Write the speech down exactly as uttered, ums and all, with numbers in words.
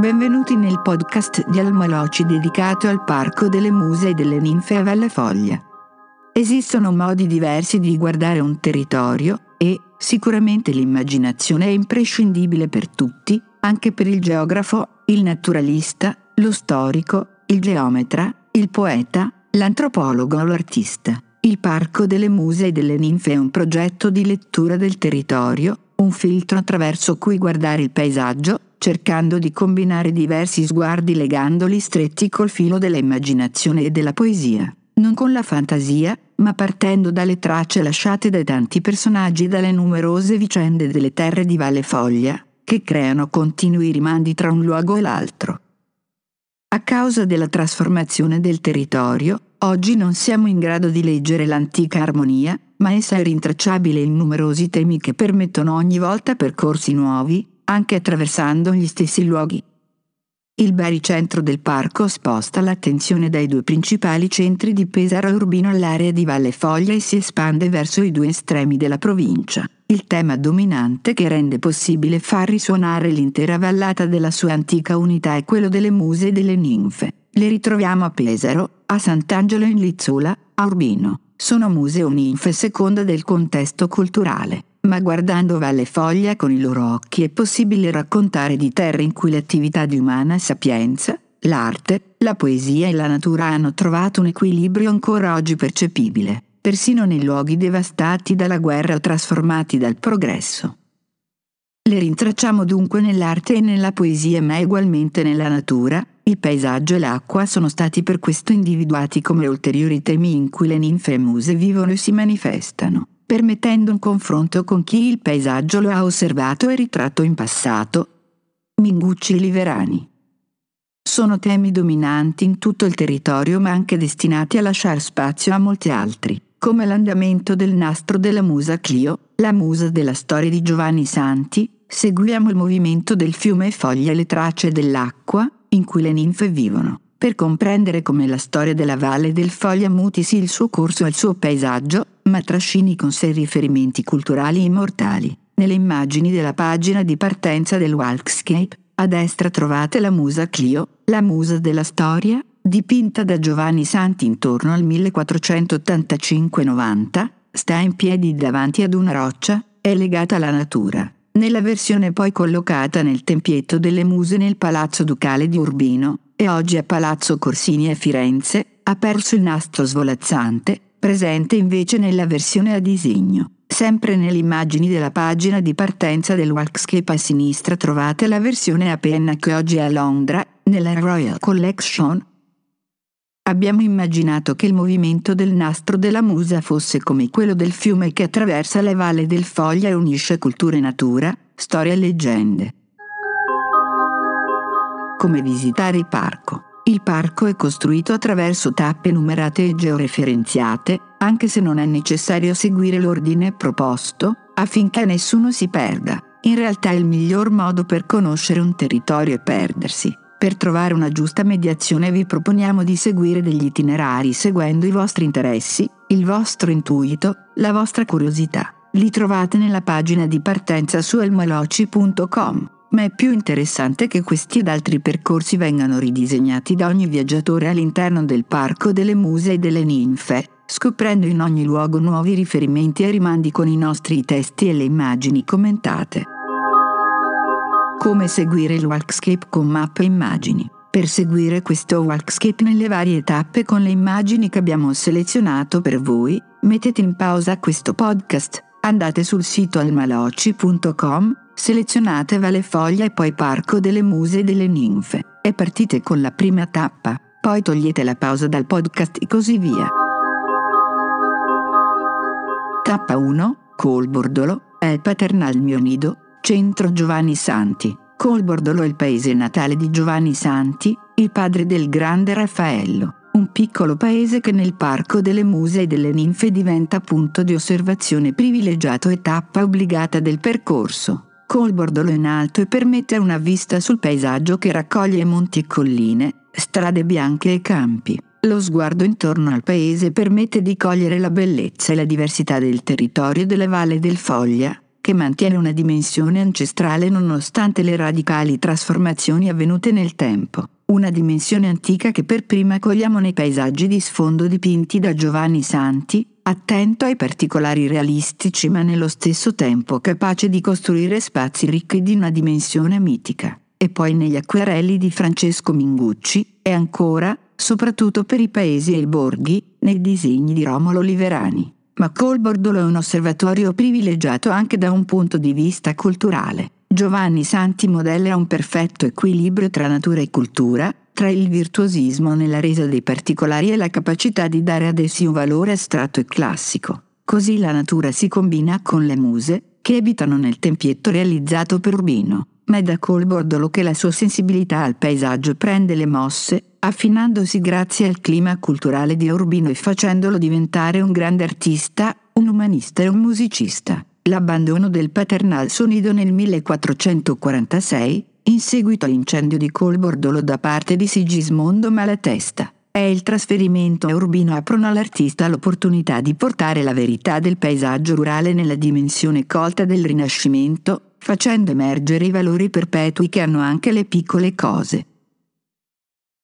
Benvenuti nel podcast di Almaloci dedicato al Parco delle Muse e delle Ninfe a Valle Foglia. Esistono modi diversi di guardare un territorio e, sicuramente l'immaginazione è imprescindibile per tutti, anche per il geografo, il naturalista, lo storico, il geometra, il poeta, l'antropologo o l'artista. Il Parco delle Muse e delle Ninfe è un progetto di lettura del territorio, un filtro attraverso cui guardare il paesaggio, cercando di combinare diversi sguardi legandoli stretti col filo della immaginazione e della poesia. Non con la fantasia, ma partendo dalle tracce lasciate dai tanti personaggi e dalle numerose vicende delle terre di Valle Foglia, che creano continui rimandi tra un luogo e l'altro. A causa della trasformazione del territorio, oggi non siamo in grado di leggere l'antica armonia, ma essa è rintracciabile in numerosi temi che permettono ogni volta percorsi nuovi, anche attraversando gli stessi luoghi. Il baricentro del parco sposta l'attenzione dai due principali centri di Pesaro e Urbino all'area di Valle Foglia e si espande verso i due estremi della provincia. Il tema dominante che rende possibile far risuonare l'intera vallata della sua antica unità è quello delle muse e delle ninfe. Le ritroviamo a Pesaro, a Sant'Angelo in Lizzola, a Urbino. Sono muse o ninfe a seconda del contesto culturale. Ma guardando Valle Foglia con i loro occhi è possibile raccontare di terre in cui l'attività di umana sapienza, l'arte, la poesia e la natura hanno trovato un equilibrio ancora oggi percepibile, persino nei luoghi devastati dalla guerra o trasformati dal progresso. Le rintracciamo dunque nell'arte e nella poesia, ma ugualmente nella natura. Il paesaggio e l'acqua sono stati per questo individuati come ulteriori temi in cui le ninfe e muse vivono e si manifestano, permettendo un confronto con chi il paesaggio lo ha osservato e ritratto in passato. Mingucci e Liverani. Sono temi dominanti in tutto il territorio, ma anche destinati a lasciare spazio a molti altri, come l'andamento del nastro della musa Clio, la musa della storia di Giovanni Santi. Seguiamo il movimento del fiume Foglia e le tracce dell'acqua in cui le ninfe vivono, per comprendere come la storia della Valle del Foglia muti sì il suo corso e il suo paesaggio, ma trascini con sé riferimenti culturali immortali. Nelle immagini della pagina di partenza del Walkscape, a destra trovate la musa Clio, la musa della storia, dipinta da Giovanni Santi intorno al millequattrocentottantacinque novanta, sta in piedi davanti ad una roccia, è legata alla natura. Nella versione poi collocata nel tempietto delle muse nel Palazzo Ducale di Urbino, e oggi a Palazzo Corsini a Firenze, ha perso il nastro svolazzante, presente invece nella versione a disegno. Sempre nelle immagini della pagina di partenza del Walkscape a sinistra trovate la versione a penna che oggi è a Londra, nella Royal Collection. Abbiamo immaginato che il movimento del nastro della musa fosse come quello del fiume che attraversa la Valle del Foglia e unisce cultura e natura, storia e leggende. Come visitare il parco. Il parco è costruito attraverso tappe numerate e georeferenziate, anche se non è necessario seguire l'ordine proposto, affinché nessuno si perda. In realtà il miglior modo per conoscere un territorio è perdersi. Per trovare una giusta mediazione vi proponiamo di seguire degli itinerari seguendo i vostri interessi, il vostro intuito, la vostra curiosità. Li trovate nella pagina di partenza su almaloci punto com. Ma è più interessante che questi ed altri percorsi vengano ridisegnati da ogni viaggiatore all'interno del Parco delle Muse e delle Ninfe, scoprendo in ogni luogo nuovi riferimenti e rimandi con i nostri testi e le immagini commentate. Come seguire il Walkscape con mappe e immagini. Per seguire questo Walkscape nelle varie tappe con le immagini che abbiamo selezionato per voi, mettete in pausa questo podcast, andate sul sito almaloci punto com, selezionate Valle Foglia e poi Parco delle Muse e delle Ninfe, e partite con la prima tappa, poi togliete la pausa dal podcast e così via. Tappa uno, Colbordolo, è Paternal mio nido, centro Giovanni Santi. Colbordolo è il paese natale di Giovanni Santi, il padre del grande Raffaello, un piccolo paese che nel Parco delle Muse e delle Ninfe diventa punto di osservazione privilegiato e tappa obbligata del percorso. Colbordolo è in alto e permette una vista sul paesaggio che raccoglie monti e colline, strade bianche e campi. Lo sguardo intorno al paese permette di cogliere la bellezza e la diversità del territorio della Valle del Foglia, che mantiene una dimensione ancestrale nonostante le radicali trasformazioni avvenute nel tempo. Una dimensione antica che per prima cogliamo nei paesaggi di sfondo dipinti da Giovanni Santi, attento ai particolari realistici ma nello stesso tempo capace di costruire spazi ricchi di una dimensione mitica. E poi negli acquerelli di Francesco Mingucci, e ancora, soprattutto per i paesi e i borghi, nei disegni di Romolo Liverani. Ma Colbordolo è un osservatorio privilegiato anche da un punto di vista culturale. Giovanni Santi modella un perfetto equilibrio tra natura e cultura, tra il virtuosismo nella resa dei particolari e la capacità di dare ad essi un valore astratto e classico. Così la natura si combina con le muse, che abitano nel tempietto realizzato per Urbino. Ma è da Colbordolo che la sua sensibilità al paesaggio prende le mosse, affinandosi grazie al clima culturale di Urbino e facendolo diventare un grande artista, un umanista e un musicista. L'abbandono del Paternal Nido nel millequattrocentoquarantasei, in seguito all'incendio di Colbordolo da parte di Sigismondo Malatesta, e il trasferimento a Urbino aprono all'artista l'opportunità di portare la verità del paesaggio rurale nella dimensione colta del Rinascimento, facendo emergere i valori perpetui che hanno anche le piccole cose.